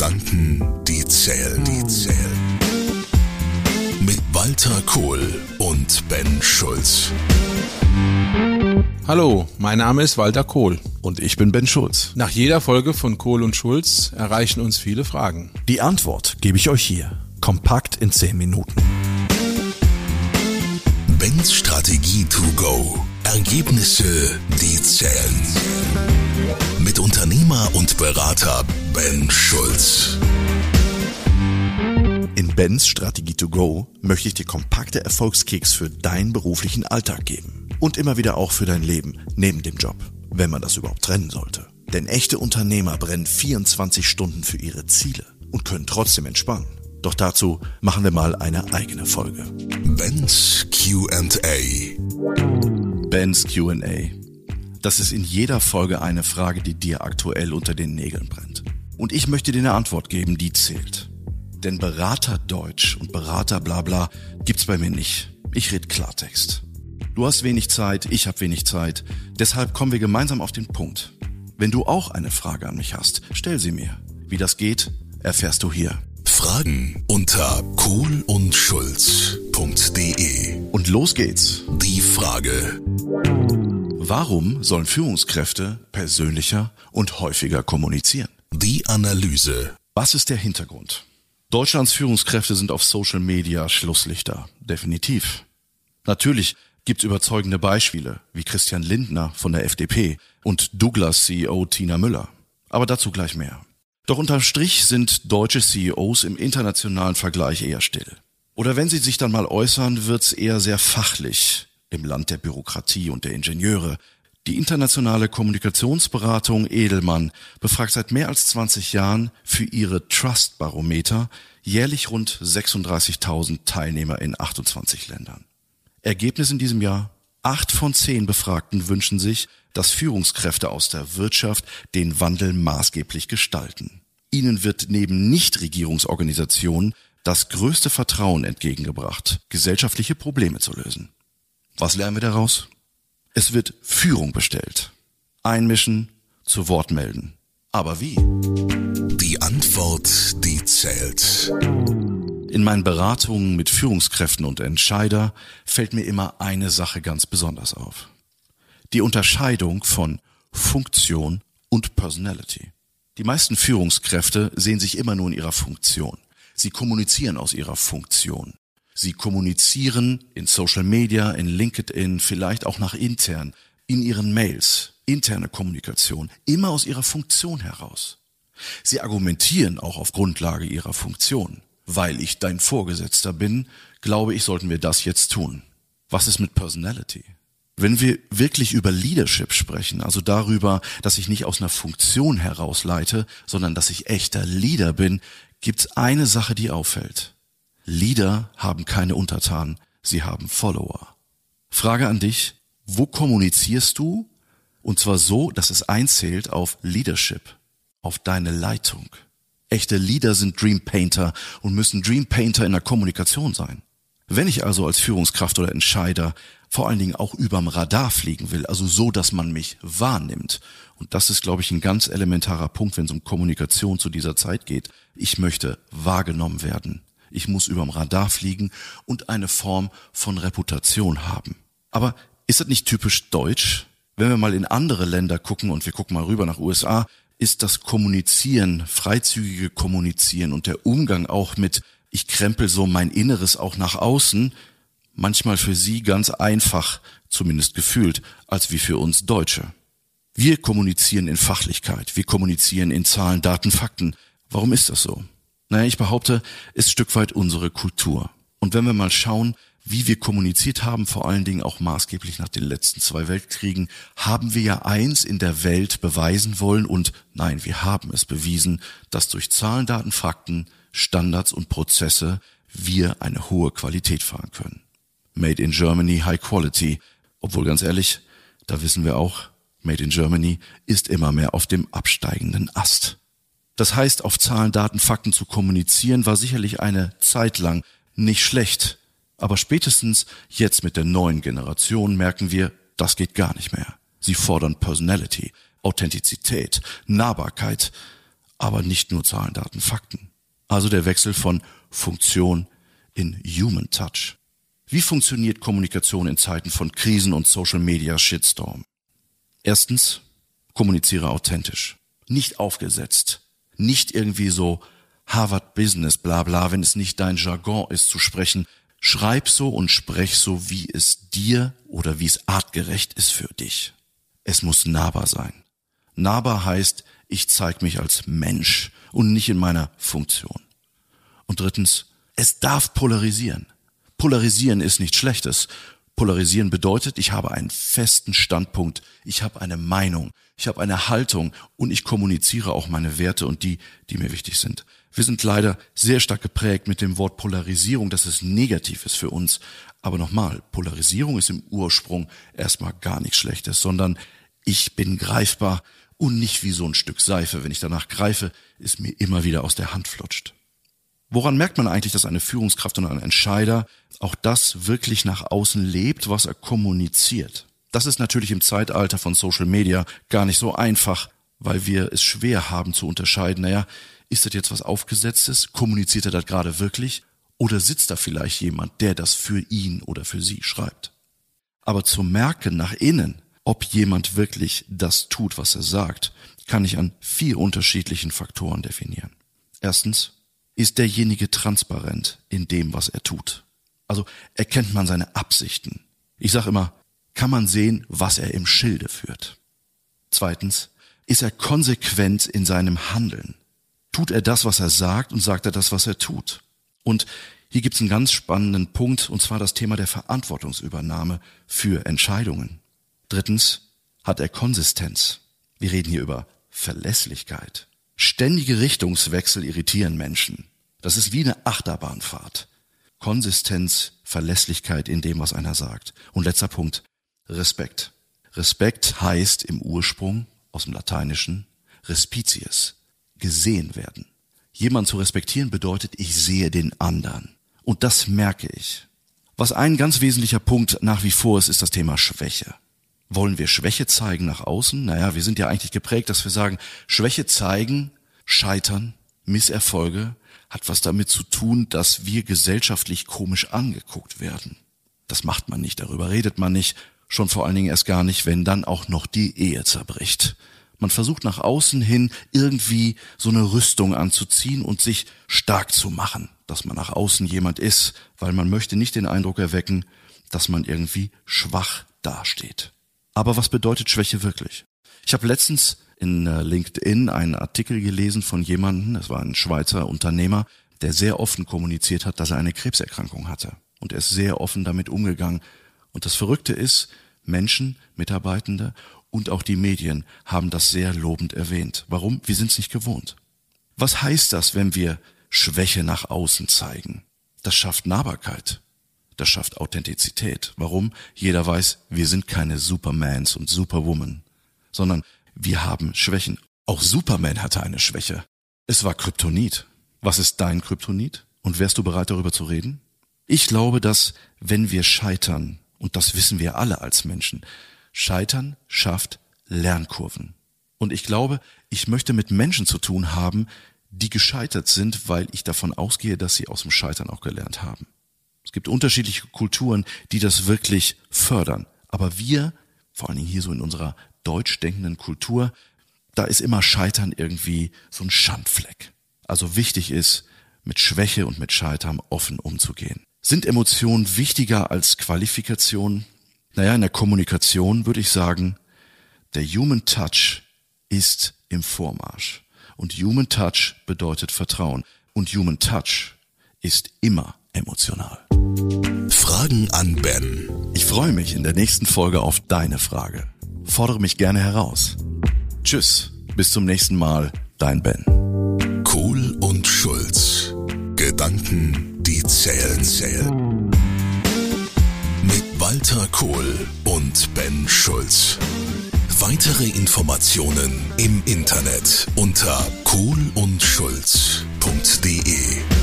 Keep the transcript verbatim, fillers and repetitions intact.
Gedanken, die zählen, die zählen. Mit Walter Kohl und Ben Schulz. Hallo, mein Name ist Walter Kohl. Und ich bin Ben Schulz. Nach jeder Folge von Kohl und Schulz erreichen uns viele Fragen. Die Antwort gebe ich euch hier, kompakt in zehn Minuten. Bens Strategie to go. Ergebnisse, die zählen. Mit Unternehmer und Berater Ben Schulz. In Bens Strategie to go möchte ich dir kompakte Erfolgskicks für deinen beruflichen Alltag geben. Und immer wieder auch für dein Leben neben dem Job, wenn man das überhaupt trennen sollte. Denn echte Unternehmer brennen vierundzwanzig Stunden für ihre Ziele und können trotzdem entspannen. Doch dazu machen wir mal eine eigene Folge. Bens Q and A. Bens Q and A. Das ist in jeder Folge eine Frage, die dir aktuell unter den Nägeln brennt. Und ich möchte dir eine Antwort geben, die zählt. Denn Beraterdeutsch und Beraterblabla gibt's bei mir nicht. Ich rede Klartext. Du hast wenig Zeit, ich habe wenig Zeit. Deshalb kommen wir gemeinsam auf den Punkt. Wenn du auch eine Frage an mich hast, stell sie mir. Wie das geht, erfährst du hier. Fragen unter kohl und schulz punkt de. Und los geht's. Die Frage. Warum sollen Führungskräfte persönlicher und häufiger kommunizieren? Die Analyse. Was ist der Hintergrund? Deutschlands Führungskräfte sind auf Social Media Schlusslichter. Definitiv. Natürlich gibt's überzeugende Beispiele, wie Christian Lindner von der F D P und Douglas C E O Tina Müller. Aber dazu gleich mehr. Doch unterm Strich sind deutsche C E Os im internationalen Vergleich eher still. Oder wenn sie sich dann mal äußern, wird's eher sehr fachlich im Land der Bürokratie und der Ingenieure. Die internationale Kommunikationsberatung Edelmann befragt seit mehr als zwanzig Jahren für ihre Trust-Barometer jährlich rund sechsunddreißigtausend Teilnehmer in achtundzwanzig Ländern. Ergebnis in diesem Jahr: Acht von zehn Befragten wünschen sich, dass Führungskräfte aus der Wirtschaft den Wandel maßgeblich gestalten. Ihnen wird neben Nichtregierungsorganisationen das größte Vertrauen entgegengebracht, gesellschaftliche Probleme zu lösen. Was lernen wir daraus? Es wird Führung bestellt. Einmischen, zu Wort melden. Aber wie? Die Antwort, die zählt. In meinen Beratungen mit Führungskräften und Entscheider fällt mir immer eine Sache ganz besonders auf. Die Unterscheidung von Funktion und Personality. Die meisten Führungskräfte sehen sich immer nur in ihrer Funktion. Sie kommunizieren aus ihrer Funktion. Sie kommunizieren in Social Media, in LinkedIn, vielleicht auch nach intern, in ihren Mails, interne Kommunikation, immer aus ihrer Funktion heraus. Sie argumentieren auch auf Grundlage ihrer Funktion. Weil ich dein Vorgesetzter bin, glaube ich, sollten wir das jetzt tun. Was ist mit Personality? Wenn wir wirklich über Leadership sprechen, also darüber, dass ich nicht aus einer Funktion herausleite, sondern dass ich echter Leader bin, gibt's eine Sache, die auffällt. Leader haben keine Untertanen, sie haben Follower. Frage an dich: Wo kommunizierst du? Und zwar so, dass es einzählt auf Leadership, auf deine Leitung. Echte Leader sind Dream Painter und müssen Dream Painter in der Kommunikation sein. Wenn ich also als Führungskraft oder Entscheider vor allen Dingen auch überm Radar fliegen will, also so, dass man mich wahrnimmt, und das ist, glaube ich, ein ganz elementarer Punkt, wenn es um Kommunikation zu dieser Zeit geht. Ich möchte wahrgenommen werden. Ich muss überm Radar fliegen und eine Form von Reputation haben. Aber ist das nicht typisch deutsch? Wenn wir mal in andere Länder gucken und wir gucken mal rüber nach U S A, ist das Kommunizieren, freizügige Kommunizieren und der Umgang auch mit, ich krempel so mein Inneres auch nach außen, manchmal für sie ganz einfach, zumindest gefühlt, als wie für uns Deutsche. Wir kommunizieren in Fachlichkeit, wir kommunizieren in Zahlen, Daten, Fakten. Warum ist das so? Naja, ich behaupte, ist ein Stück weit unsere Kultur. Und wenn wir mal schauen, wie wir kommuniziert haben, vor allen Dingen auch maßgeblich nach den letzten zwei Weltkriegen, haben wir ja eins in der Welt beweisen wollen und nein, wir haben es bewiesen, dass durch Zahlen, Daten, Fakten, Standards und Prozesse wir eine hohe Qualität fahren können. Made in Germany, High Quality. Obwohl ganz ehrlich, da wissen wir auch, Made in Germany ist immer mehr auf dem absteigenden Ast. Das heißt, auf Zahlen, Daten, Fakten zu kommunizieren, war sicherlich eine Zeit lang nicht schlecht. Aber spätestens jetzt mit der neuen Generation merken wir, das geht gar nicht mehr. Sie fordern Personality, Authentizität, Nahbarkeit, aber nicht nur Zahlen, Daten, Fakten. Also der Wechsel von Funktion in Human Touch. Wie funktioniert Kommunikation in Zeiten von Krisen und Social Media Shitstorm? Erstens, kommuniziere authentisch, nicht aufgesetzt, nicht irgendwie so Harvard Business, bla bla, wenn es nicht dein Jargon ist zu sprechen. Schreib so und sprech so, wie es dir oder wie es artgerecht ist für dich. Es muss nahbar sein. Nahbar heißt, ich zeige mich als Mensch und nicht in meiner Funktion. Und drittens, es darf polarisieren. Polarisieren ist nichts Schlechtes. Polarisieren bedeutet, ich habe einen festen Standpunkt, ich habe eine Meinung, ich habe eine Haltung und ich kommuniziere auch meine Werte und die, die mir wichtig sind. Wir sind leider sehr stark geprägt mit dem Wort Polarisierung, dass es negativ ist für uns. Aber nochmal, Polarisierung ist im Ursprung erstmal gar nichts Schlechtes, sondern ich bin greifbar und nicht wie so ein Stück Seife. Wenn ich danach greife, es mir immer wieder aus der Hand flutscht. Woran merkt man eigentlich, dass eine Führungskraft und ein Entscheider auch das wirklich nach außen lebt, was er kommuniziert? Das ist natürlich im Zeitalter von Social Media gar nicht so einfach, weil wir es schwer haben zu unterscheiden, naja, ist das jetzt was Aufgesetztes? Kommuniziert er das gerade wirklich? Oder sitzt da vielleicht jemand, der das für ihn oder für sie schreibt? Aber zu merken nach innen, ob jemand wirklich das tut, was er sagt, kann ich an vier unterschiedlichen Faktoren definieren. Erstens, ist derjenige transparent in dem, was er tut? Also erkennt man seine Absichten? Ich sage immer, kann man sehen, was er im Schilde führt? Zweitens, ist er konsequent in seinem Handeln? Tut er das, was er sagt, und sagt er das, was er tut? Und hier gibt es einen ganz spannenden Punkt, und zwar das Thema der Verantwortungsübernahme für Entscheidungen. Drittens, hat er Konsistenz? Wir reden hier über Verlässlichkeit. Ständige Richtungswechsel irritieren Menschen. Das ist wie eine Achterbahnfahrt. Konsistenz, Verlässlichkeit in dem, was einer sagt. Und letzter Punkt, Respekt. Respekt heißt im Ursprung aus dem Lateinischen Respicius, gesehen werden. Jemand zu respektieren bedeutet, ich sehe den anderen. Und das merke ich. Was ein ganz wesentlicher Punkt nach wie vor ist, ist das Thema Schwäche. Wollen wir Schwäche zeigen nach außen? Naja, wir sind ja eigentlich geprägt, dass wir sagen, Schwäche zeigen, Scheitern, Misserfolge hat was damit zu tun, dass wir gesellschaftlich komisch angeguckt werden. Das macht man nicht, darüber redet man nicht, schon vor allen Dingen erst gar nicht, wenn dann auch noch die Ehe zerbricht. Man versucht nach außen hin irgendwie so eine Rüstung anzuziehen und sich stark zu machen, dass man nach außen jemand ist, weil man möchte nicht den Eindruck erwecken, dass man irgendwie schwach dasteht. Aber was bedeutet Schwäche wirklich? Ich habe letztens in LinkedIn einen Artikel gelesen von jemandem, das war ein Schweizer Unternehmer, der sehr offen kommuniziert hat, dass er eine Krebserkrankung hatte. Und er ist sehr offen damit umgegangen. Und das Verrückte ist, Menschen, Mitarbeitende und auch die Medien haben das sehr lobend erwähnt. Warum? Wir sind es nicht gewohnt. Was heißt das, wenn wir Schwäche nach außen zeigen? Das schafft Nahbarkeit. Das schafft Authentizität. Warum? Jeder weiß, wir sind keine Supermans und Superwoman, sondern wir haben Schwächen. Auch Superman hatte eine Schwäche. Es war Kryptonit. Was ist dein Kryptonit? Und wärst du bereit, darüber zu reden? Ich glaube, dass, wenn wir scheitern, und das wissen wir alle als Menschen, Scheitern schafft Lernkurven. Und ich glaube, ich möchte mit Menschen zu tun haben, die gescheitert sind, weil ich davon ausgehe, dass sie aus dem Scheitern auch gelernt haben. Es gibt unterschiedliche Kulturen, die das wirklich fördern. Aber wir, vor allen Dingen hier so in unserer deutsch denkenden Kultur, da ist immer Scheitern irgendwie so ein Schandfleck. Also wichtig ist, mit Schwäche und mit Scheitern offen umzugehen. Sind Emotionen wichtiger als Qualifikation? Naja, in der Kommunikation würde ich sagen, der Human Touch ist im Vormarsch. Und Human Touch bedeutet Vertrauen. Und Human Touch ist immer emotional. Fragen an Ben. Ich freue mich in der nächsten Folge auf deine Frage. Fordere mich gerne heraus. Tschüss, bis zum nächsten Mal, dein Ben. Kohl und Schulz. Gedanken, die zählen, zählen. Mit Walter Kohl und Ben Schulz. Weitere Informationen im Internet unter kohl und schulz punkt de.